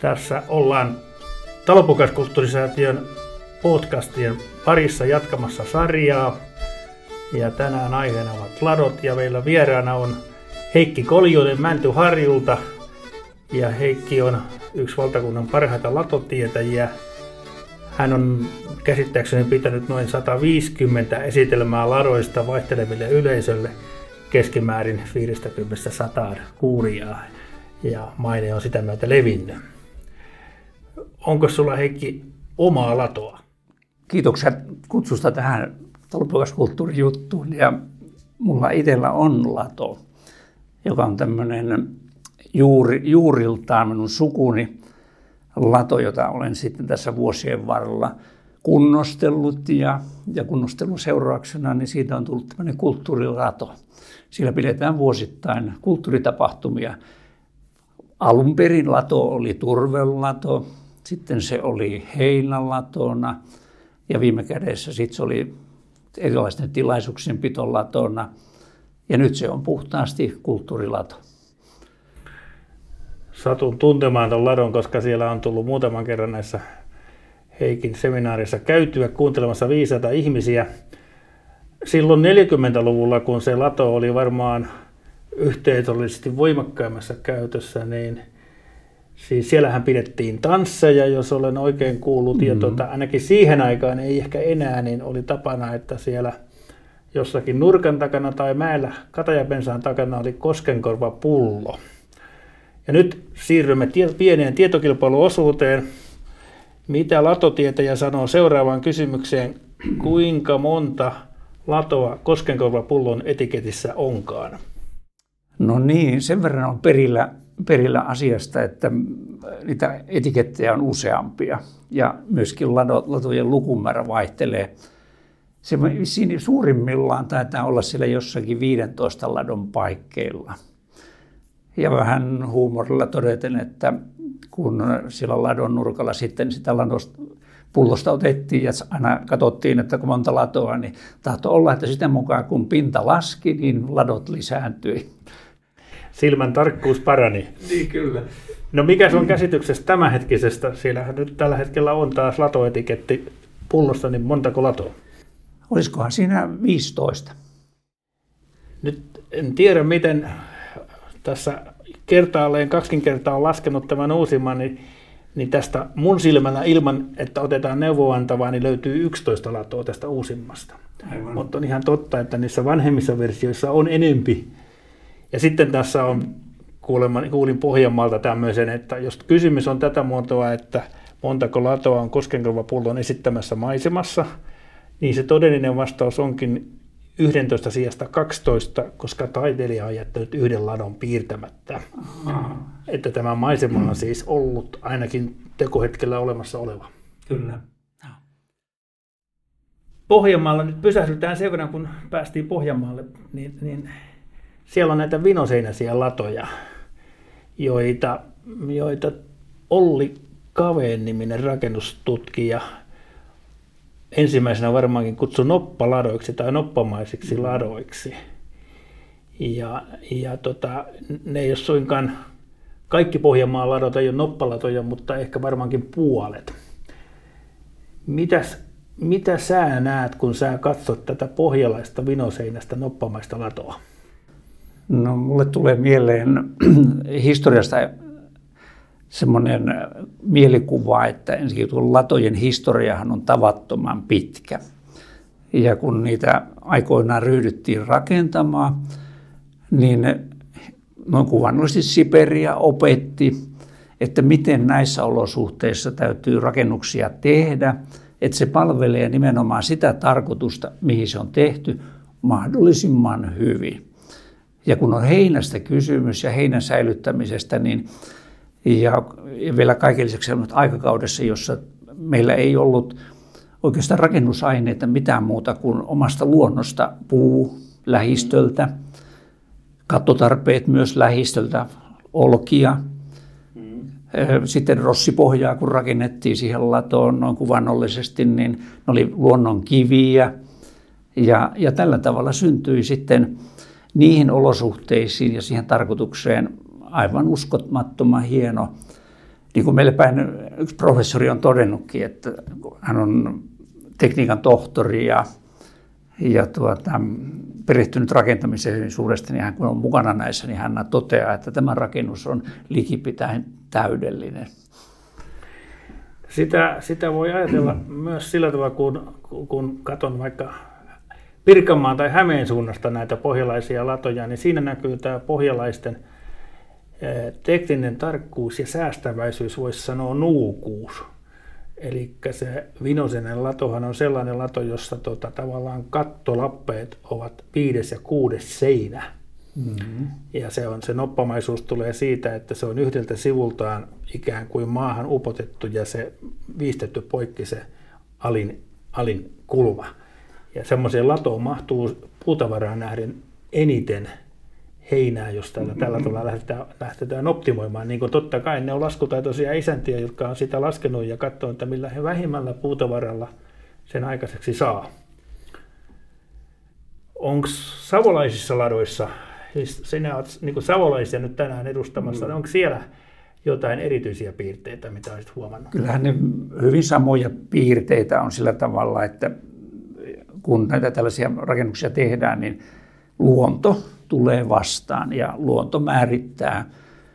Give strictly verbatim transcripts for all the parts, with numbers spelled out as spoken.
Tässä ollaan Talonpoikaiskulttuurisäätiön podcastien parissa jatkamassa sarjaa. Ja tänään aiheena ovat ladot ja meillä vieraana on Heikki Koljonen Mäntyharjulta. Ja Heikki on yksi valtakunnan parhaita latotietäjiä. Hän on käsittääkseni pitänyt noin sata viisikymmentä esitelmää ladoista vaihteleville yleisölle keskimäärin viisikymmentä sataan kuulijaa. Ja maine on sitä myötä levinnyt. Onko sulla, Heikki, omaa latoa? Kiitoksia kutsusta tähän talonpoikaiskulttuurijuttuun. Ja mulla itsellä on lato, joka on tämmöinen juuri, juuriltaan minun sukuni lato, jota olen sitten tässä vuosien varrella kunnostellut. Ja, ja kunnostelun seurauksena niin siitä on tullut tämmöinen kulttuurilato. Siellä pidetään vuosittain kulttuuritapahtumia. Alun perin lato oli turvelato, sitten se oli heinälatona ja viime kädessä sitten se oli erilaisten tilaisuuksien pitolatona ja nyt se on puhtaasti kulttuurilato. Satun tuntemaan tuon ladon, koska siellä on tullut muutaman kerran näissä Heikin seminaarissa käytyä kuuntelemassa viisaita ihmisiä. Silloin neljäkymmentäluvulla, kun se lato oli varmaan yhteisöllisesti voimakkaimmassa käytössä, niin siis siellähän pidettiin tansseja, jos olen oikein kuullut, mm-hmm. ja tuota, ainakin siihen aikaan, ei ehkä enää, niin oli tapana, että siellä jossakin nurkan takana tai mäellä katajapensaan takana oli koskenkorvapullo. Ja nyt siirrymme tie- pieneen tietokilpailuosuuteen. Mitä latotietäjä sanoo seuraavaan kysymykseen? Kuinka monta latoa koskenkorvapullon etiketissä onkaan? No niin, sen verran on perillä, perillä asiasta, että niitä etikettejä on useampia ja myöskin latojen lukumäärä vaihtelee. Se siinä suurimmillaan taitaa olla siellä jossakin viidentoista ladon paikkeilla. Ja vähän huumorilla todeten, että kun siellä ladon nurkalla sitten sitä ladosta, pullosta otettiin ja aina katsottiin, että kun monta latoa, niin tahtoi olla, että sitä mukaan kun pinta laski, niin ladot lisääntyi. Silmän tarkkuus parani. Niin, kyllä. No mikä on käsityksestä tämänhetkisestä? Siellähän nyt tällä hetkellä on taas latoetiketti pullosta, niin montako latoa? Olisikohan siinä viisitoista? Nyt en tiedä, miten tässä kertaalleen kaksikin kertaa on laskenut tämän uusimman, niin, niin tästä mun silmällä ilman, että otetaan neuvoantavaa, niin löytyy yksitoista latoa tästä uusimmasta. Aivan. Mutta on ihan totta, että niissä vanhemmissa versioissa on enempi. Ja sitten tässä on, kuulemma, kuulin Pohjanmaalta tämmöisen, että jos kysymys on tätä muotoa, että montako latoa on koskenkorvapullon esittämässä maisemassa, niin se todellinen vastaus onkin yksitoista sijasta kaksitoista, koska taiteilija on jättänyt yhden ladon piirtämättä. Aha. Että tämä maisema on siis ollut ainakin tekohetkellä olemassa oleva. Kyllä. Pohjanmaalla nyt pysähdytään sen verran, kun päästiin Pohjanmaalle, niin, niin siellä on näitä vinoseinäisiä latoja, joita, joita Olli Kaveen-niminen rakennustutkija ensimmäisenä varmaankin kutsui noppaladoiksi tai noppamaisiksi ladoiksi. Ja, ja tota, ne ei ole suinkaan, kaikki Pohjanmaan ladot ei ole noppalatoja, mutta ehkä varmaankin puolet. Mitäs, mitä sä näet, kun sä katsot tätä pohjalaista vinoseinästä noppamaista latoa? No, mulle tulee mieleen historiasta semmoinen mielikuva, että ensinnäkin tuon latojen historiahan on tavattoman pitkä. Ja kun niitä aikoinaan ryhdyttiin rakentamaan, niin noin kuvannollisesti Siperia opetti, että miten näissä olosuhteissa täytyy rakennuksia tehdä, että se palvelee nimenomaan sitä tarkoitusta, mihin se on tehty, mahdollisimman hyvin. Ja kun on heinästä kysymys ja heinän säilyttämisestä, niin ja vielä kaiken lisäksi aikakaudessa, jossa meillä ei ollut oikeastaan rakennusaineita mitään muuta kuin omasta luonnosta, puu lähistöltä, kattotarpeet myös lähistöltä, olkia. Sitten rossipohjaa, kun rakennettiin siihen latoon noin kuvannollisesti, niin ne oli luonnon kiviä. Ja, ja tällä tavalla syntyi sitten niihin olosuhteisiin ja siihen tarkoitukseen aivan uskomattoman hieno niin kuin meille päin yksi professori on todennutkin, että hän on tekniikan tohtori ja, ja tuota, perehtynyt rakentamiseen suuresti, niin hän kun on mukana näissä, niin hän toteaa, että tämä rakennus on likipitäen täydellinen. Sitä, sitä voi ajatella myös sillä tavalla, kun, kun katson vaikka Pirkanmaan tai Hämeen suunnasta näitä pohjalaisia latoja, niin siinä näkyy tämä pohjalaisten tekninen tarkkuus ja säästäväisyys, voisi sanoa nuukuus. Eli se Vinosenen latohan on sellainen lato, jossa tota, tavallaan kattolappeet ovat viides ja kuudes seinä. Mm-hmm. Ja se, on, se noppamaisuus tulee siitä, että se on yhdeltä sivultaan ikään kuin maahan upotettu ja se viistetty poikki se alin, alin kulma. Ja semmoiseen latoon mahtuu puutavaraan nähden eniten heinää, jos tällä, tällä tavalla lähdetään, lähdetään optimoimaan. Niin kuin totta kai ne on laskutaitoisia isäntiä, jotka on sitä laskenut ja katsoo, että millä he vähimmällä puutavaralla sen aikaiseksi saa. Onko savolaisissa ladoissa, siis sinä olet niin kuin savolaisia nyt tänään edustamassa, mm. onko siellä jotain erityisiä piirteitä, mitä olisit huomannut? Kyllähän ne hyvin samoja piirteitä on sillä tavalla, että kun näitä tällaisia rakennuksia tehdään, niin luonto tulee vastaan ja luonto määrittää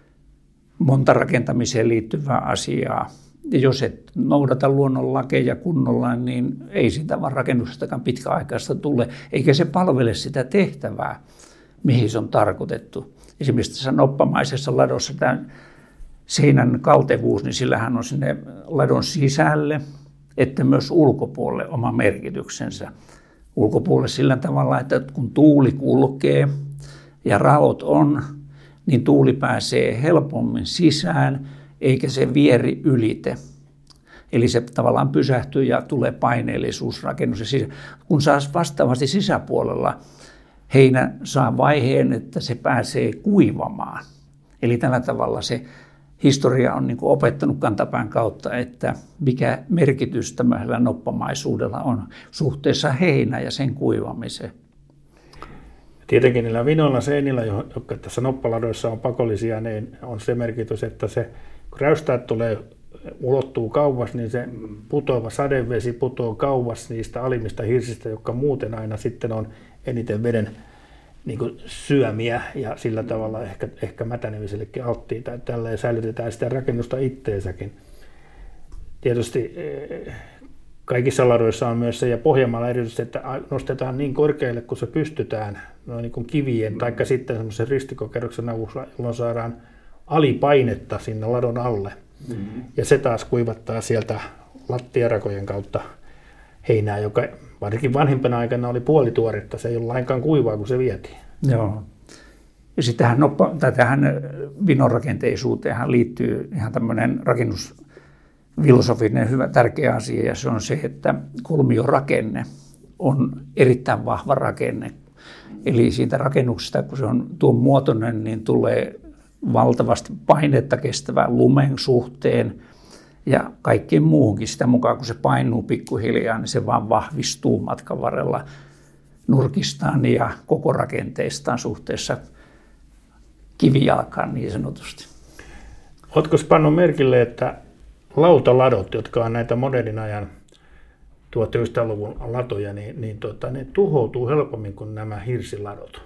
monta rakentamiseen liittyvää asiaa. Ja jos et noudata luonnon lakeja kunnolla, niin ei sitä vaan rakennuksestakaan pitkäaikaista tule, eikä se palvele sitä tehtävää, mihin se on tarkoitettu. Esimerkiksi tässä noppamaisessa ladossa tämä seinän kaltevuus, niin sillähän on sinne ladon sisälle, että myös ulkopuolelle oma merkityksensä. Ulkopuolelle sillä tavalla, että kun tuuli kulkee ja raot on, niin tuuli pääsee helpommin sisään, eikä se vieri ylite. Eli se tavallaan pysähtyy ja tulee paineellisuus rakennus. Kun saa vastaavasti sisäpuolella, heinä saa vaiheen, että se pääsee kuivamaan. Eli tällä tavalla se historia on niin kuin opettanut kantapään kautta, että mikä merkitys tämmöisellä noppamaisuudella on suhteessa heinään ja sen kuivamiseen. Tietenkin niillä vinoilla seinillä, jotka tässä noppaladoissa on pakollisia, niin on se merkitys, että se, kun räystäät tulee, ulottuu kauas, niin se putoava sadevesi putoo kauas niistä alimmista hirsistä, jotka muuten aina sitten on eniten veden niin kuin syömiä ja sillä tavalla ehkä, ehkä mätänemisellekin alttiita. Tälleen säilytetään sitä rakennusta itteensäkin. Tietysti kaikissa ladoissa on myös se, ja Pohjanmaalla erityisesti, että nostetaan niin korkealle, kun se pystytään, noin niin kuin kivien, tai sitten semmoisen ristikokerroksen avulla, jolloin saadaan alipainetta sinne ladon alle. Mm-hmm. Ja se taas kuivattaa sieltä lattiarakojen kautta heinää, joka varsinkin vanhimpana aikana oli puolituoretta, se ei ollut lainkaan kuivaa, kun se vietiin. Joo. Ja sitten tähän, noppa, tähän vinorakenteisuuteenhan liittyy ihan tämmöinen rakennusfilosofinen hyvä tärkeä asia, ja se on se, että kolmiorakenne on erittäin vahva rakenne. Eli siitä rakennuksesta, kun se on tuon muotoinen, niin tulee valtavasti painetta kestävää lumen suhteen, ja kaikkeen muuhunkin sitä mukaan, kun se painuu pikkuhiljaa, niin se vaan vahvistuu matkan varrella nurkistaan ja koko rakenteistaan suhteessa kivijalkaan niin sanotusti. Oletko pannut merkille, että lautaladot, jotka on näitä modernin ajan tuhatyhdeksänsataaluvun latoja, niin, niin tota, ne tuhoutuu helpommin kuin nämä hirsiladot?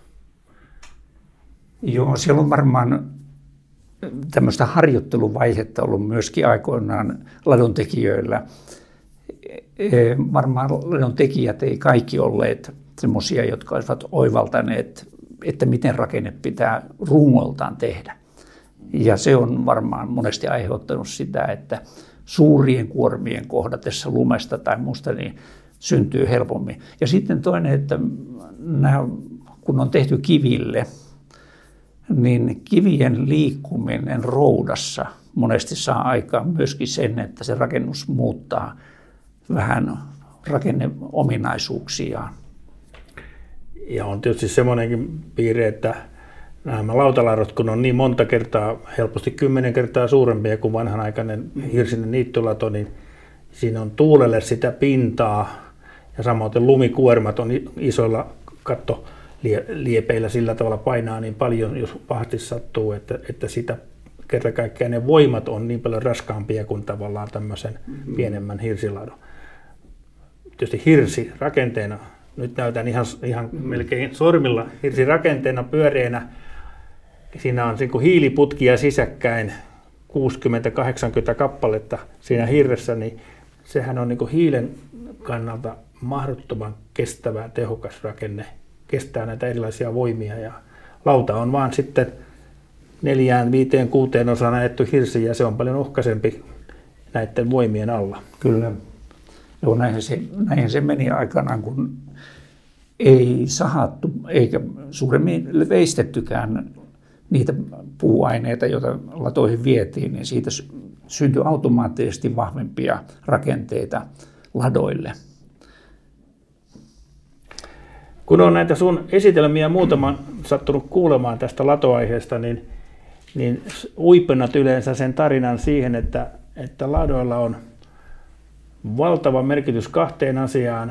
Joo, siellä on varmaan tämmöistä harjoitteluvaihetta ollut myöskin aikoinaan ladontekijöillä. Varmaan ladontekijät ei kaikki olleet semmoisia, jotka olisivat oivaltaneet, että miten rakenne pitää rungoltaan tehdä. Ja se on varmaan monesti aiheuttanut sitä, että suurien kuormien kohdatessa lumesta tai muusta niin syntyy helpommin. Ja sitten toinen, että nämä, kun on tehty kiville, niin kivien liikkuminen roudassa monesti saa aikaan myöskin sen, että se rakennus muuttaa vähän rakenneominaisuuksiaan. Ja on tietysti semmoinenkin piirre, että nämä lautaladot, kun on niin monta kertaa, helposti kymmenen kertaa suurempia kuin vanhanaikainen hirsinen niittylato, niin siinä on tuulelle sitä pintaa ja samoin lumikuormat on isoilla kattoliepeillä sillä tavalla painaa niin paljon, jos pahasti sattuu, että, että sitä kerta kaikkiaan ne voimat on niin paljon raskaampia kuin tavallaan tämmöisen mm-hmm. pienemmän hirsiladon. Tietysti hirsi rakenteena, nyt näytän ihan, ihan mm-hmm. melkein sormilla, hirsi rakenteena pyöreänä, siinä on niin kuin hiiliputkia sisäkkäin, kuusikymmentä kahdeksankymmentä kappaletta siinä hirressä, niin sehän on niin kuin hiilen kannalta mahdottoman kestävä, tehokas rakenne, kestää näitä erilaisia voimia ja lauta on vaan sitten neljään, viiteen, kuuteen osaan ajettu hirsi ja se on paljon uhkaisempi näiden voimien alla. Kyllä. Joo, näinhän se, näinhän se meni aikanaan, kun ei sahattu eikä suuremmin veistettykään niitä puuaineita, joita latoihin vietiin, niin siitä syntyi automaattisesti vahvempia rakenteita ladoille. Kun on näitä sun esitelmiä muutaman sattunut kuulemaan tästä latoaiheesta, niin, niin uipennat yleensä sen tarinan siihen, että, että ladoilla on valtava merkitys kahteen asiaan.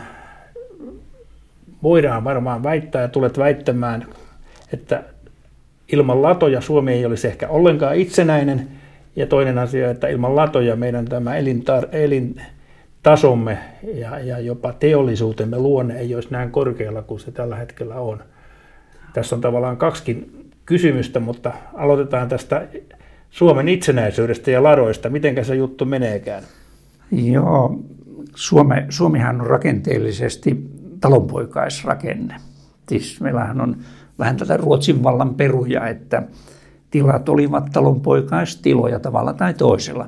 Voidaan varmaan väittää ja tulet väittämään, että ilman latoja Suomi ei olisi ehkä ollenkaan itsenäinen. Ja toinen asia, että ilman latoja meidän tämä elintar- elintasomme ja, ja jopa teollisuutemme luonne ei olisi näin korkealla kuin se tällä hetkellä on. Tässä on tavallaan kaksikin kysymystä, mutta aloitetaan tästä Suomen itsenäisyydestä ja ladoista. Mitenkä se juttu meneekään? Joo, Suome, Suomihan on rakenteellisesti talonpoikaisrakenne. Siis meillähän on vähän tätä Ruotsin vallan peruja, että tilat olivat talonpoikaistiloja tavalla tai toisella.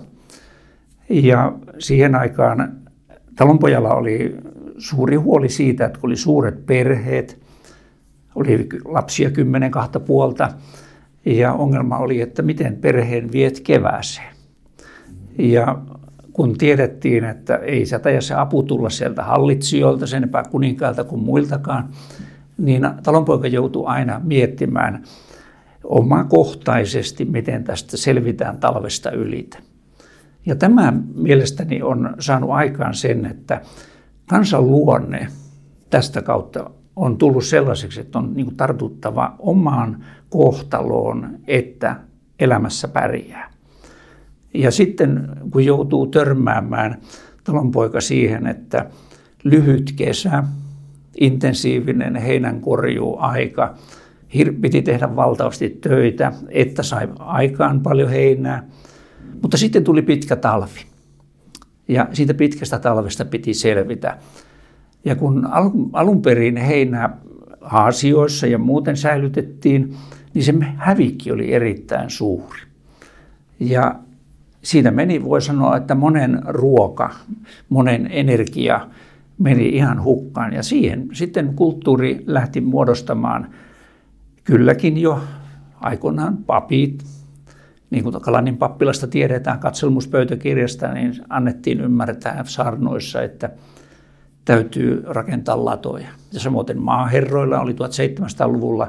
Ja siihen aikaan talonpojalla oli suuri huoli siitä, että kun oli suuret perheet, oli lapsia kymmenen kahta puolta, ja ongelma oli, että miten perheen viet kevääseen. Ja kun tiedettiin, että ei sieltä se apu tulla sieltä hallitsijoilta, sen enempää kuninkailta kuin muiltakaan, niin talonpoika joutui aina miettimään omakohtaisesti, miten tästä selvitään talvesta ylitä. Ja tämä mielestäni on saanut aikaan sen, että kansan luonne tästä kautta on tullut sellaiseksi, että on niin kuin tartuttava omaan kohtaloon, että elämässä pärjää. Ja sitten kun joutuu törmäämään talonpoika siihen, että lyhyt kesä, intensiivinen heinänkorjuaika, piti tehdä valtavasti töitä, että sai aikaan paljon heinää, mutta sitten tuli pitkä talvi ja siitä pitkästä talvesta piti selvitä. Ja kun alun perin heinää haasioissa ja muuten säilytettiin, niin se hävikki oli erittäin suuri. Ja siitä meni, voi sanoa, että monen ruoka, monen energia meni ihan hukkaan. Ja siihen sitten kulttuuri lähti muodostamaan kylläkin jo aikoinaan papit. Niin kuin Kalanin pappilasta tiedetään katselmuspöytäkirjasta, niin annettiin ymmärtää saarnoissa, että täytyy rakentaa latoja. Ja samoin maaherroilla oli tuhatseitsemänsataaluvulla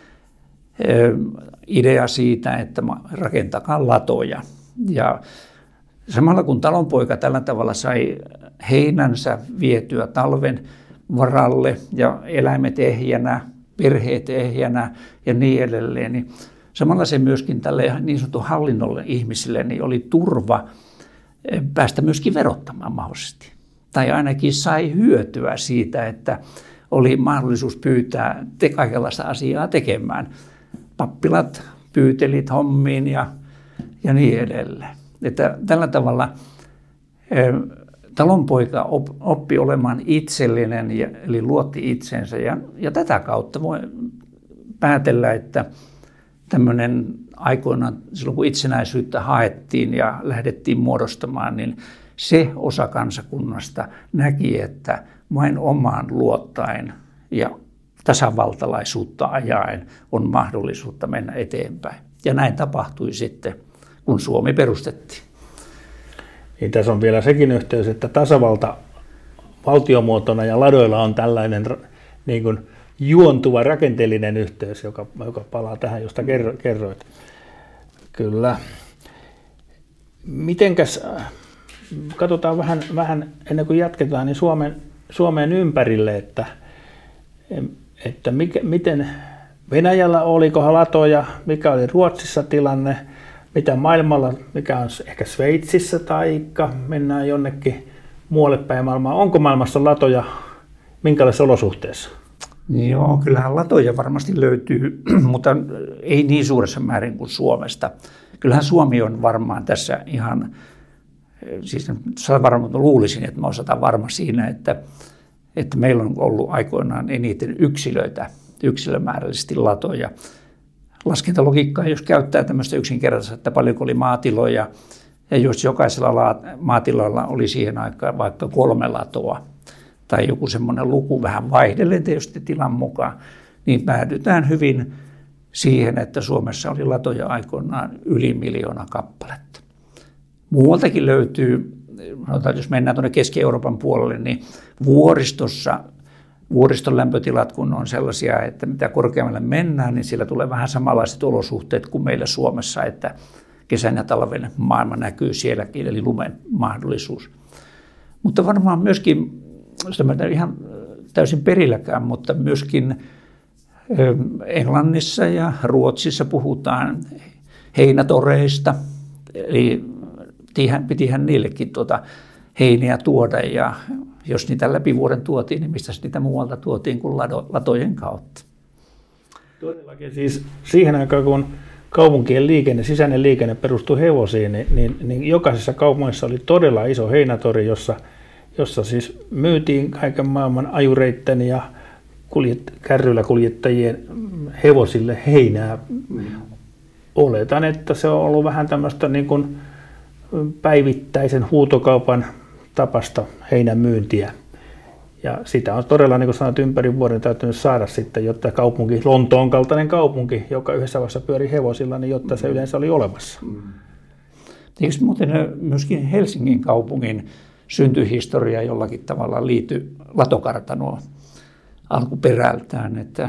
idea siitä, että rakentakaa latoja. Ja samalla kun talonpoika tällä tavalla sai heinänsä vietyä talven varalle ja eläimet ehjänä, perheet ehjänä ja niin edelleen, niin samalla se myöskin tälle niin sanotun hallinnolle ihmisille niin oli turva päästä myöskin verottamaan mahdollisesti. Tai ainakin sai hyötyä siitä, että oli mahdollisuus pyytää te kaikenlaista asiaa tekemään. Pappilat pyytelit hommiin ja, ja niin edelleen. Että tällä tavalla eh, talonpoika op, oppi olemaan itsellinen, ja, eli luotti itsensä. Ja, ja tätä kautta voi päätellä, että tämmöinen aikoinaan, silloin kun itsenäisyyttä haettiin ja lähdettiin muodostamaan, niin se osa kansakunnasta näki, että vain omaan luottaen ja tasavaltalaisuutta ajaen on mahdollisuutta mennä eteenpäin. Ja näin tapahtui sitten, kun Suomi perustettiin. Niin tässä on vielä sekin yhteys, että tasavalta valtiomuotona ja ladoilla on tällainen niin kuin juontuva rakenteellinen yhteys, joka, joka palaa tähän, josta kerroit. Kyllä. Mitenkäs, katsotaan vähän, vähän ennen kuin jatketaan, niin Suomen, Suomen ympärille, että, että mikä, miten Venäjällä olikohan latoja, mikä oli Ruotsissa tilanne, mitä maailmalla, mikä on ehkä Sveitsissä tai mennään jonnekin muualle päin maailmaa. Onko maailmassa latoja minkälaisissa olosuhteissa? Joo, kyllähän latoja varmasti löytyy, mutta ei niin suuressa määrin kuin Suomesta. Kyllähän Suomi on varmaan tässä ihan, siis varmaan luulisin, että mä osataan varma siinä, että, että meillä on ollut aikoinaan eniten yksilöitä, yksilömääräisesti latoja. Laskentalogiikkaa, jos käyttää tämmöistä yksinkertaista, että paljonko oli maatiloja, ja jos jokaisella maatilalla oli siihen aikaan vaikka kolme latoa, tai joku semmoinen luku vähän vaihdellen tietysti tilan mukaan, niin päädytään hyvin siihen, että Suomessa oli latoja aikoinaan yli miljoona kappaletta. Muualtakin löytyy, jos mennään tuonne Keski-Euroopan puolelle, niin vuoristossa, vuoriston lämpötilat kun on sellaisia, että mitä korkeammalle mennään, niin siellä tulee vähän samanlaiset olosuhteet kuin meillä Suomessa, että kesän ja talven maailma näkyy sielläkin, eli lumen mahdollisuus. Mutta varmaan myöskin, sitä mä en ihan täysin perilläkään, mutta myöskin Englannissa ja Ruotsissa puhutaan heinätoreista, eli pitihän niillekin tuota heiniä tuoda, ja jos niitä läpi vuoden tuotiin, niin mistä niitä muualta tuotiin kuin latojen kautta. Todellakin siis siihen aikaan, kun kaupunkien liikenne, sisäinen liikenne perustui hevosiin, niin, niin, niin jokaisessa kaupungissa oli todella iso heinätori, jossa, jossa siis myytiin kaiken maailman ajureitten ja kuljet, kärryillä kuljettajien hevosille heinää. Mm. Oletan, että se on ollut vähän tämmöistä niin kuin päivittäisen huutokaupan tapasta heinämyyntiä. Ja sitä on todella, niin kuin sanoit, ympäri vuoden täytynyt saada sitten, jotta kaupunki, Lontoon kaltainen kaupunki, joka yhdessä vaiheessa pyöri hevosilla, niin jotta se yleensä oli olemassa. Eikö muuten myöskin Helsingin kaupungin syntyhistoria jollakin tavalla liity latokartanoon alkuperältään, että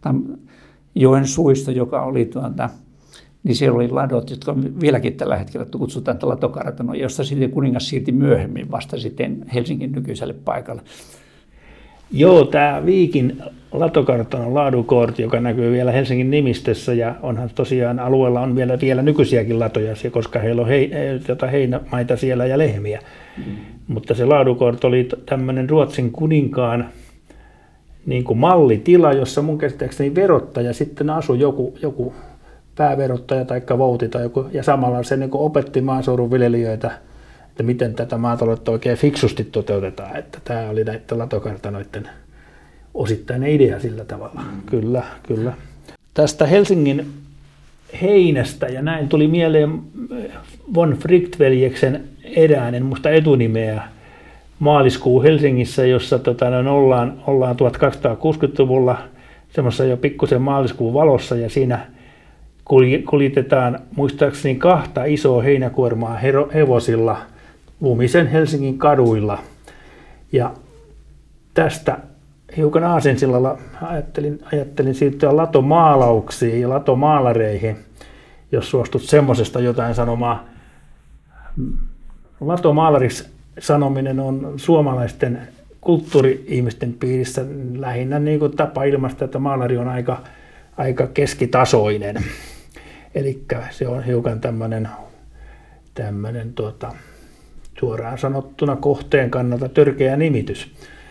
joen suisto, joka oli tuota, niin siellä oli ladot, jotka vieläkin tällä hetkellä kutsutaan latokartanoon, josta sitten kuningas siirti myöhemmin vasta sitten Helsingin nykyiselle paikalle. Joo, tämä Viikin latokartanon laadukortti, joka näkyy vielä Helsingin nimistössä, ja onhan tosiaan alueella on vielä, vielä nykyisiäkin latoja, koska heillä on hei, jota heinämaita siellä ja lehmiä. Mm. Mutta se laadukortti oli tämmöinen Ruotsin kuninkaan niin kuin mallitila, jossa mun käsittääkseni verottaja sitten asui joku, joku pääverottaja tai vouti tai joku, ja samalla se niin kuin opetti maaseudun viljelijöitä, että miten tätä maataloutta oikein fiksusti toteutetaan. Että tämä oli näiden latokartanoiden osittainen idea sillä tavalla. Mm. Kyllä, kyllä. Tästä Helsingin heinästä, ja näin tuli mieleen von Fricht-veljeksen erään, en muista etunimeä, maaliskuu Helsingissä, jossa tota, ollaan, ollaan tuhatkaksisataakuusikymmentäluvulla semmoisessa jo pikkusen maaliskuun valossa, ja siinä kuljetetaan muistaakseni kahta isoa heinäkuormaa hevosilla lumisen Helsingin kaduilla. Ja tästä hiukan aasinsillalla ajattelin, ajattelin siirtyä latomaalauksiin ja latomaalareihin, jos suostut semmoisesta jotain sanomaan. Latomaalariksi sanominen on suomalaisten kulttuuri-ihmisten piirissä lähinnä niin kuin tapa ilmaista, että maalari on aika, aika keskitasoinen. Eli se on hiukan tämmöinen, tämmöinen tuota, suoraan sanottuna kohteen kannalta törkeä nimitys.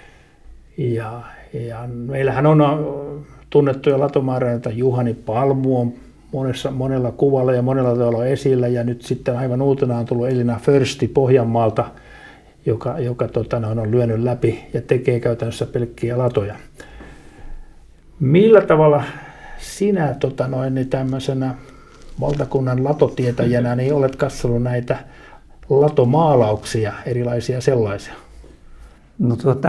Ja, ja meillähän on tunnettuja latomaalareita, Juhani Palmu on monessa, monella kuvalla ja monella tavalla esillä, ja nyt sitten aivan uutena on tullut Elina Försti Pohjanmaalta, joka, joka tota, on lyönyt läpi ja tekee käytännössä pelkkiä latoja. Millä tavalla sinä tota, noin, niin tämmöisenä valtakunnan latotietäjänä niin olet katsonut näitä latomaalauksia, erilaisia sellaisia? No tuota,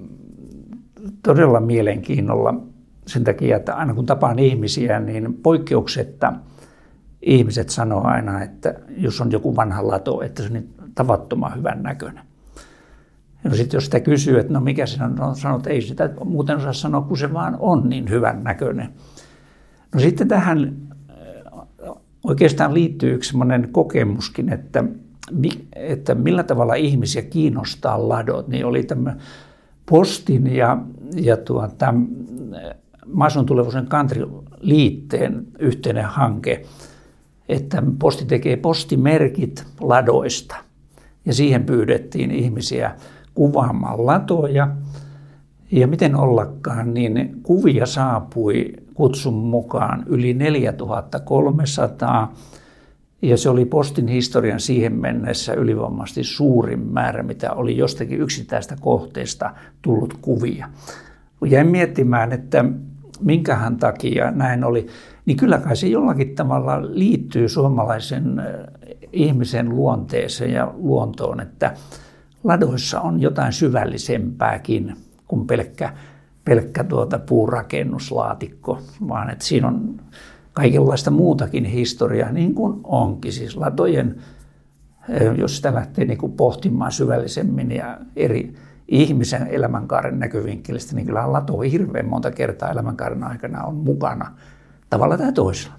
todella mielenkiinnolla sen takia, että aina kun tapaan ihmisiä, niin poikkeuksetta ihmiset sanoo aina, että jos on joku vanha lato, että se on niin tavattoman hyvän näköinen. No sitten jos sitä kysyy, että no mikä se on, no sanoo, että ei sitä muuten osaa sanoa, kun se vaan on niin hyvän näköinen. No sitten tähän oikeastaan liittyy yksi sellainen kokemuskin, että, että millä tavalla ihmisiä kiinnostaa ladot. Niin oli tämä Postin ja, ja tuota, Maaseudun Tulevaisuuden Country-liitteen yhteinen hanke. että posti tekee postimerkit ladoista. Ja siihen pyydettiin ihmisiä kuvaamaan latoja. Ja miten ollakaan, niin kuvia saapui kutsun mukaan yli neljätuhattakolmesataa. Ja se oli postin historian siihen mennessä ylivoimaisesti suurin määrä, mitä oli jostakin yksittäistä kohteesta tullut kuvia. Kun jäin miettimään, että minkähän takia näin oli, niin kyllä kai se jollakin tavalla liittyy suomalaisen ihmisen luonteeseen ja luontoon, että ladoissa on jotain syvällisempääkin kuin pelkkä, pelkkä tuota puurakennuslaatikko, vaan että siinä on kaikenlaista muutakin historiaa, niin kuin onkin. Siis latojen, jos sitä lähtee niin kuin pohtimaan syvällisemmin ja eri ihmisen elämänkaaren näkövinkkelistä, niin kyllähän lato hirveän monta kertaa elämänkaaren aikana on mukana tavalla tai toisella.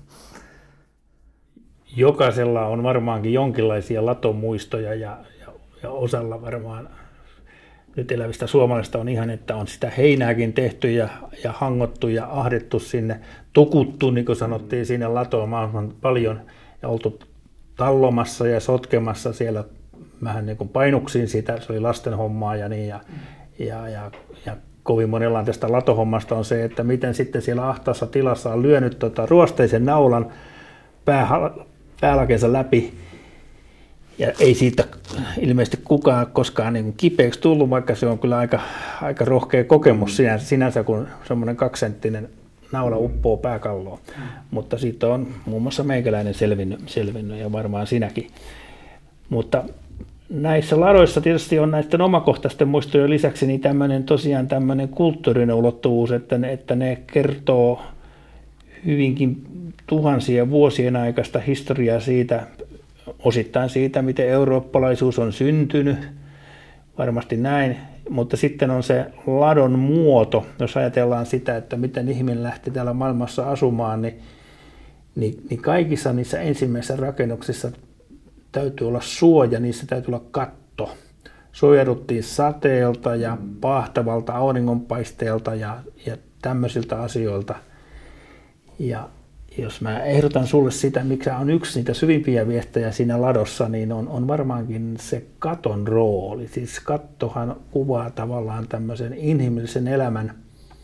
Jokaisella on varmaankin jonkinlaisia latomuistoja ja, ja, ja osalla varmaan nyt elävistä suomalaisista on ihan, että on sitä heinääkin tehty ja, ja hangottu ja ahdettu sinne, tukuttu, niin kuin sanottiin, sinne latoon mahdollisimman paljon ja oltu tallomassa ja sotkemassa siellä vähän niin kuin painuksiin sitä, se oli lasten hommaa ja niin ja, ja, ja, ja kovin monella tästä latohommasta on se, että miten sitten siellä ahtaassa tilassa on lyönyt tota ruosteisen naulan pää, päälakeensa läpi. Ja ei siitä ilmeisesti kukaan koskaan niin kipeäksi tullut, vaikka se on kyllä aika, aika rohkea kokemus sinänsä, sinänsä kun semmoinen kaksisenttinen naula uppoo pääkalloon. Mm. Mutta siitä on muun muassa meikäläinen selvinnyt, selvinnyt ja varmaan sinäkin. Mutta näissä ladoissa tietysti on näiden omakohtaisten muistojen lisäksi niin tämmöinen, tosiaan tämmöinen kulttuurinen ulottuvuus, että ne, että ne kertoo hyvinkin tuhansien vuosien aikaista historiaa siitä, osittain siitä, miten eurooppalaisuus on syntynyt, varmasti näin, mutta sitten on se ladon muoto, jos ajatellaan sitä, että miten ihminen lähti täällä maailmassa asumaan, niin, niin, niin kaikissa niissä ensimmäisissä rakennuksissa täytyy olla suoja, niissä täytyy olla katto. Suojauduttiin sateelta ja paahtavalta auringonpaisteelta ja, ja tämmöisiltä asioilta. Ja jos mä ehdotan sulle sitä, mikä on yksi niitä syvimpiä viestejä siinä ladossa, niin on, on varmaankin se katon rooli. Siis kattohan kuvaa tavallaan tämmöisen inhimillisen elämän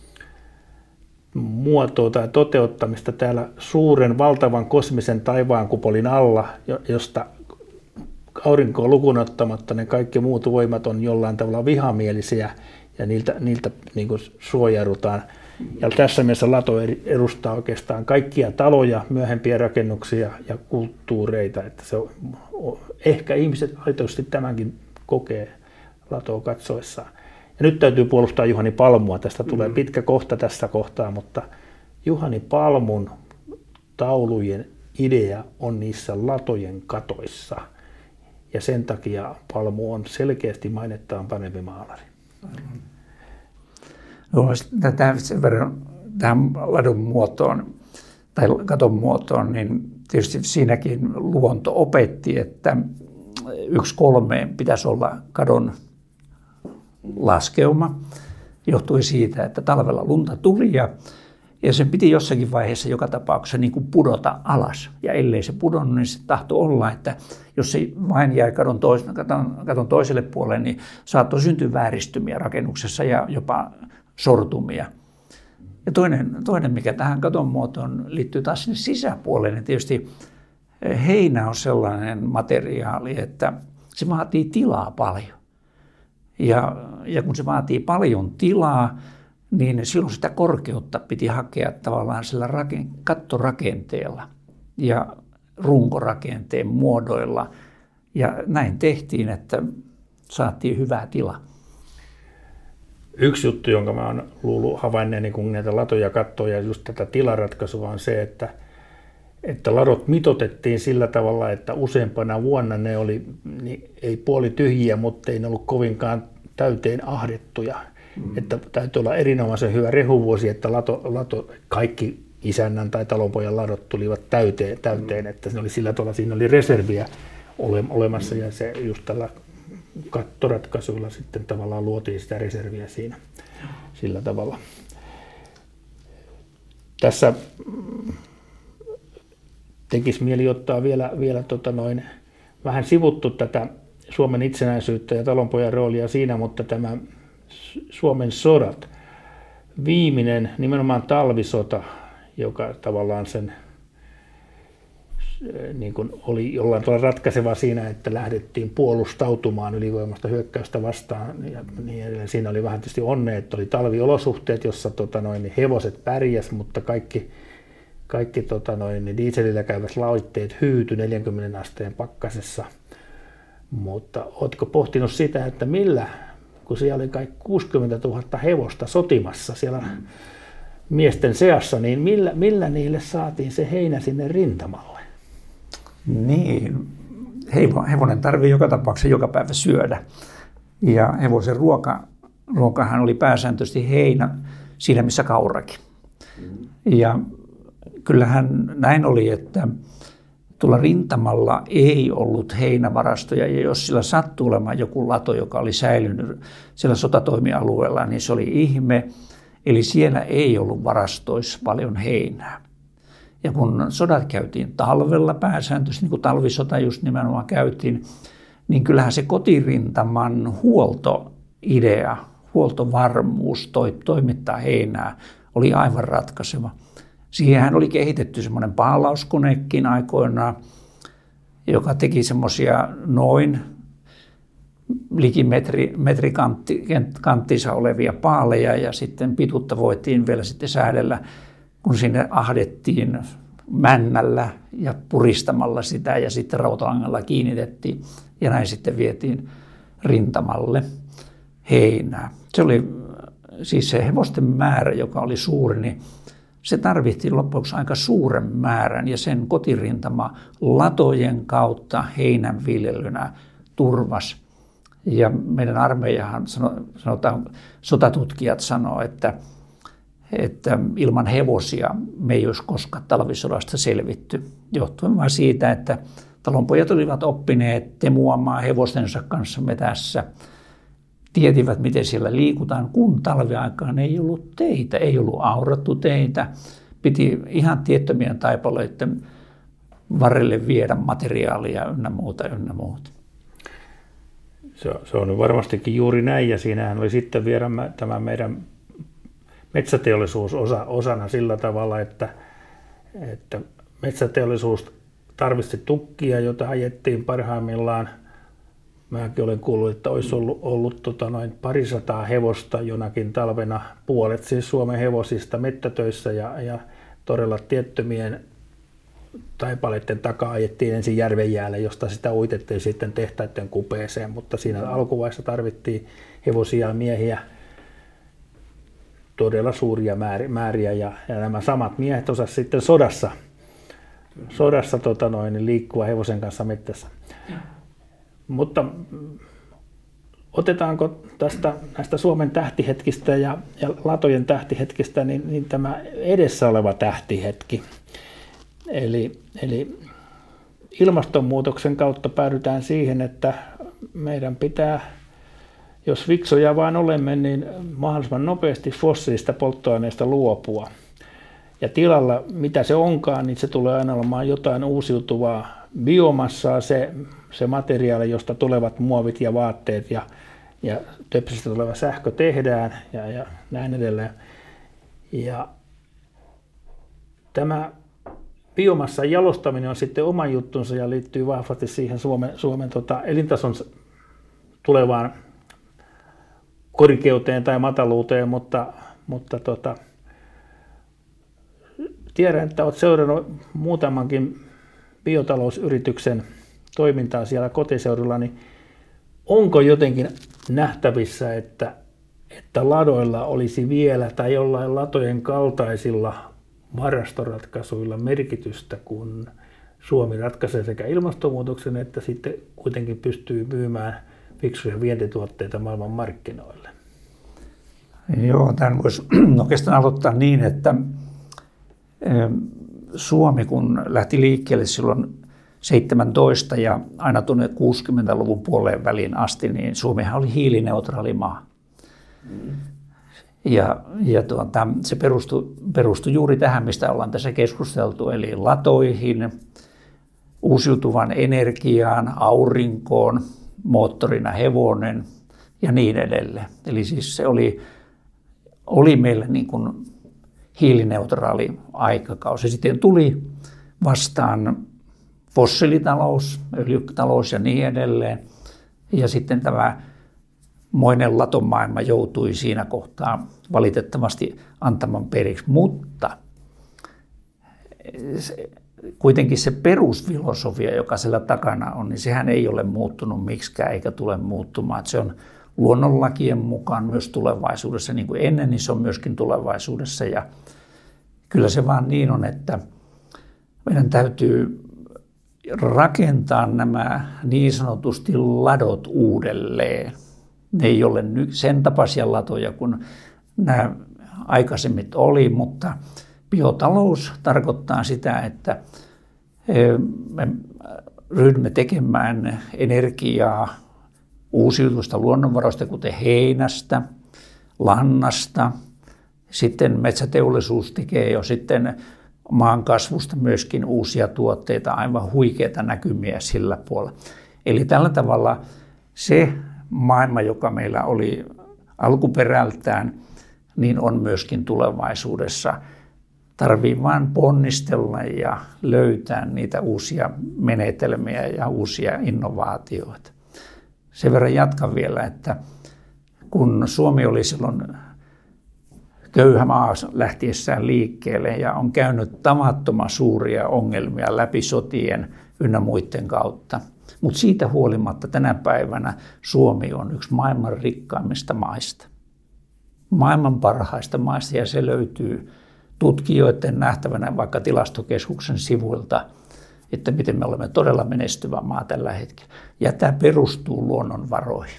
muotoa tai toteuttamista täällä suuren valtavan kosmisen taivaankupolin alla, josta aurinkoa lukuun ottamatta ne kaikki muut voimat on jollain tavalla vihamielisiä ja niiltä, niiltä niin kuin suojaudutaan. Ja tässä mielessä lato edustaa oikeastaan kaikkia taloja, myöhempiä rakennuksia ja kulttuureita. Että se on, ehkä ihmiset aitoisesti tämänkin kokee latoa katsoessaan. Ja nyt täytyy puolustaa Juhani Palmua. Tästä tulee mm-hmm. pitkä kohta tässä kohtaa, mutta Juhani Palmun taulujen idea on niissä latojen katoissa. Ja sen takia Palmu on selkeästi mainettaan parempi maalari. Mm-hmm. Tähän sen verran tähän ladon muotoon tai katon muotoon, niin tietysti siinäkin luonto opetti, että yksi kolmeen pitäisi olla kadon laskeuma. Johtui siitä, että talvella lunta tuli ja, ja sen piti jossakin vaiheessa joka tapauksessa niin kuin pudota alas. Ja ellei se pudonnut, niin se tahtoi olla, että jos se vain jäi kadon, tois, kadon, kadon toiselle puolelle, niin saattoi syntyä vääristymiä rakennuksessa ja jopa sortumia. Ja toinen, toinen, mikä tähän katon muotoon liittyy taas sinne sisäpuolelle, niin tietysti heinä on sellainen materiaali, että se vaatii tilaa paljon. Ja, ja kun se vaatii paljon tilaa, niin silloin sitä korkeutta piti hakea tavallaan sillä raken, kattorakenteella ja runkorakenteen muodoilla. Ja näin tehtiin, että saatiin hyvää tilaa. Yksi juttu, jonka mä oon luullut havainneeni, kun näitä latoja katsoo ja just tätä tilaratkaisua on se, että, että ladot mitotettiin sillä tavalla, että useampana vuonna ne oli, niin ei puoli tyhjiä, mutta ei ne ollut kovinkaan täyteen ahdettuja. Mm. Että täytyy olla erinomaisen hyvä rehuvuosi, että lato, lato, kaikki isännän tai talonpojan ladot tulivat täyteen, täyteen mm. että se oli sillä tavalla, siinä oli reserviä ole, olemassa mm. ja se just tällä kattoratkaisuilla sitten tavallaan luotiin sitä reserviä siinä sillä tavalla. Tässä tekisi mieli ottaa vielä, vielä tota noin, vähän sivuttu tätä Suomen itsenäisyyttä ja talonpojan roolia siinä, mutta tämä Suomen sodat, viimeinen nimenomaan talvisota, joka tavallaan sen niin kuin oli jollain tavalla ratkaiseva siinä, että lähdettiin puolustautumaan ylivoimasta hyökkäystä vastaan. Ja niin edelleen. Siinä oli vähän tietysti onnea, että oli talviolosuhteet, jossa tota noin, hevoset pärjäs, mutta kaikki, kaikki tota noin, dieselillä käyvät laitteet hyytyi neljänkymmenen asteen pakkasessa. Mutta oletko pohtinut sitä, että millä, kun siellä oli kai kuusikymmentätuhatta hevosta sotimassa siellä miesten seassa, niin millä, millä niille saatiin se heinä sinne rintamalle? Niin, hevonen tarvii joka tapauksessa joka päivä syödä. Ja hevosen ruoka, ruokahan oli pääsääntöisesti heinä siinä, missä kaurakin. Ja kyllähän näin oli, että tuolla rintamalla ei ollut heinävarastoja, ja jos sillä sattui olemaan joku lato, joka oli säilynyt siellä sotatoimialueella, niin se oli ihme. Eli siellä ei ollut varastoissa paljon heinää. Ja kun sodat käytiin talvella pääsääntöisesti, niin kuin talvisota just nimenomaan käytiin, niin kyllähän se kotirintaman huoltoidea, huoltovarmuus toi, toimittaa heinää oli aivan ratkaiseva. Siihenhän oli kehitetty semmoinen paalauskonekin aikoinaan, joka teki semmoisia noin liki metri, metrikanttinsa olevia paaleja, ja sitten pituutta voitiin vielä sitten säädellä, kun sinne ahdettiin männällä ja puristamalla sitä ja sitten rautalangalla kiinnitettiin ja näin sitten vietiin rintamalle heinää. Se oli siis se hevosten määrä, joka oli suuri, niin se tarvittiin loppuksi aika suuren määrän, ja sen kotirintama latojen kautta heinänviljelynä turvasi. Ja meidän armeijahan, sanotaan, sotatutkijat sanoo, että, että ilman hevosia me ei olisi koskaan talvisodasta selvitty. Johtuen vain siitä, että talonpojat olivat oppineet temuamaan hevostensa kanssa metässä, tietivät, miten siellä liikutaan, kun talviaikaan ei ollut teitä, ei ollut aurattu teitä. Piti ihan tiettömien taipaleiden varrelle viedä materiaalia ynnä muuta, ynnä muuta. Se, se on varmastikin juuri näin, ja siinähän oli sitten vielä tämä meidän metsäteollisuus osa, osana sillä tavalla, että, että metsäteollisuus tarvitsi tukkia, jota ajettiin parhaimmillaan. Mäkin olen kuullut, että olisi ollut, ollut tota noin parisataa hevosta jonakin talvena, puolet siis Suomen hevosista mettätöissä, ja, ja todella tiettömien taipaleiden takaa ajettiin ensin järven jäälle, josta sitä uitettiin sitten tehtaiden kupeeseen, mutta siinä alkuvaiheessa tarvittiin hevosia ja miehiä, todella suuria määriä, ja, ja nämä samat miehet osasivat sitten sodassa, sodassa tota noin, liikkua hevosen kanssa mettässä. Mutta otetaanko tästä näistä Suomen tähtihetkistä ja, ja latojen tähtihetkistä, niin, niin tämä edessä oleva tähtihetki. Eli, eli ilmastonmuutoksen kautta päädytään siihen, että meidän pitää, jos fiksuja vain olemme, niin mahdollisimman nopeasti fossiilista polttoaineista luopua. Ja tilalla, mitä se onkaan, niin se tulee aina olemaan jotain uusiutuvaa biomassaa, se, se materiaali, josta tulevat muovit ja vaatteet ja, ja töpsistä tuleva sähkö tehdään ja, ja näin edelleen. Ja tämä biomassan jalostaminen on sitten oma juttunsa ja liittyy vahvasti siihen Suomen, Suomen tota, elintason tulevaan korkeuteen tai mataluuteen, mutta, mutta tota, tiedän, että olet seurannut muutamankin biotalousyrityksen toimintaa siellä kotiseudulla, niin onko jotenkin nähtävissä, että, että ladoilla olisi vielä tai jollain latojen kaltaisilla varastoratkaisuilla merkitystä, kun Suomi ratkaisee sekä ilmastonmuutoksen että sitten kuitenkin pystyy myymään fiksuja vientituotteita maailman markkinoille? Joo, tämän voisi oikeastaan aloittaa niin, että Suomi, kun lähti liikkeelle silloin seitsemäntoista ja aina tuonne kuusikymmentäluvun puoleen väliin asti, niin Suomihan oli hiilineutraali maa. Mm. Ja, ja tuota, se perustui, perustui juuri tähän, mistä ollaan tässä keskusteltu, eli latoihin, uusiutuvan energiaan, aurinkoon, moottorina hevonen ja niin edelleen. Eli siis se oli, oli meillä niin kuin hiilineutraali aikakausi. Sitten tuli vastaan fossiilitalous, öljytalous ja niin edelleen. Ja sitten tämä moinen latomaailma joutui siinä kohtaa valitettavasti antamaan periksi. Mutta se, kuitenkin se perusfilosofia, joka siellä takana on, niin sehän ei ole muuttunut miksikään eikä tule muuttumaan. Se on luonnonlakien mukaan myös tulevaisuudessa, niin kuin ennen, niin se on myöskin tulevaisuudessa. Ja kyllä se vaan niin on, että meidän täytyy rakentaa nämä niin sanotusti ladot uudelleen. Ne ei ole sen tapaisia latoja kuin nämä aikaisemmin oli, mutta biotalous tarkoittaa sitä, että me ryhdymme tekemään energiaa uusiutuvista luonnonvaroista, kuten heinästä, lannasta. Sitten metsäteollisuus tekee jo sitten maan kasvusta myöskin uusia tuotteita, aivan huikeita näkymiä sillä puolella. Eli tällä tavalla se maailma, joka meillä oli alkuperältään, niin on myöskin tulevaisuudessa. Tarvii vain ponnistella ja löytää niitä uusia menetelmiä ja uusia innovaatioita. Sen verran jatkan vielä, että kun Suomi oli silloin köyhä maa lähtiessään liikkeelle ja on käynyt tavattoman suuria ongelmia läpi sotien ynnä muiden kautta. Mutta siitä huolimatta tänä päivänä Suomi on yksi maailman rikkaimmista maista. Maailman parhaista maista, ja se löytyy tutkijoiden nähtävänä vaikka Tilastokeskuksen sivuilta, että miten me olemme todella menestyvä maa tällä hetkellä. Ja tämä perustuu luonnonvaroihin.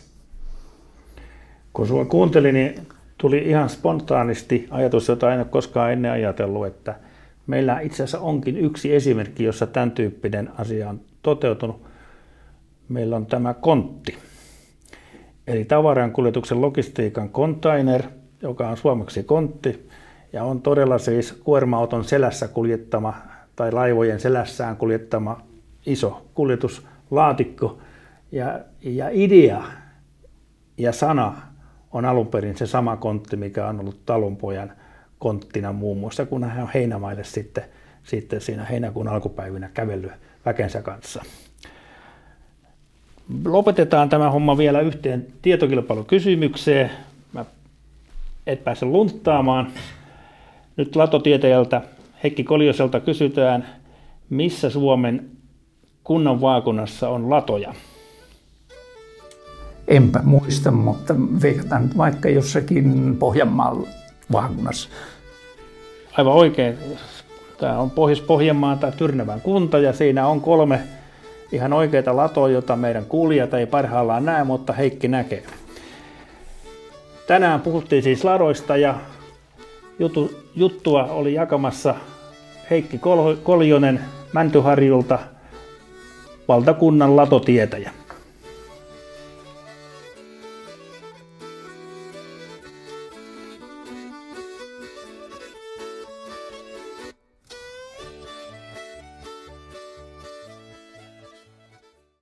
Kun sinua kuuntelin, niin tuli ihan spontaanisti ajatus, jota en ole koskaan ennen ajatellut, että meillä itse asiassa onkin yksi esimerkki, jossa tämän tyyppinen asia on toteutunut. Meillä on tämä kontti, eli tavarankuljetuksen logistiikan container, joka on suomeksi kontti, ja on todella siis kuorma-auton selässä kuljettama tai laivojen selässään kuljettama iso kuljetuslaatikko. Ja, ja idea ja sana on alun perin se sama kontti, mikä on ollut talonpojan konttina muun muassa, kun hän on heinämaille sitten, sitten siinä heinäkuun alkupäivinä kävellyt väkensä kanssa. Lopetetaan tämä homma vielä yhteen tietokilpailukysymykseen. Mä et pääse lunttaamaan. Nyt latotietäjältä Heikki Koljoselta kysytään, missä Suomen kunnan vaakunassa on latoja? Enpä muista, mutta veikataan nyt vaikka jossakin Pohjanmaan vaakunassa. Aivan oikein. Tämä on Pohjois-Pohjanmaan tai Tyrnävän kunta, ja siinä on kolme ihan oikeita latoja, jota meidän kuulijat ei parhaillaan näe, mutta Heikki näkee. Tänään puhuttiin siis ladoista, ja jutu, juttua oli jakamassa Heikki Koljonen Mäntyharjulta, valtakunnan latotietäjä.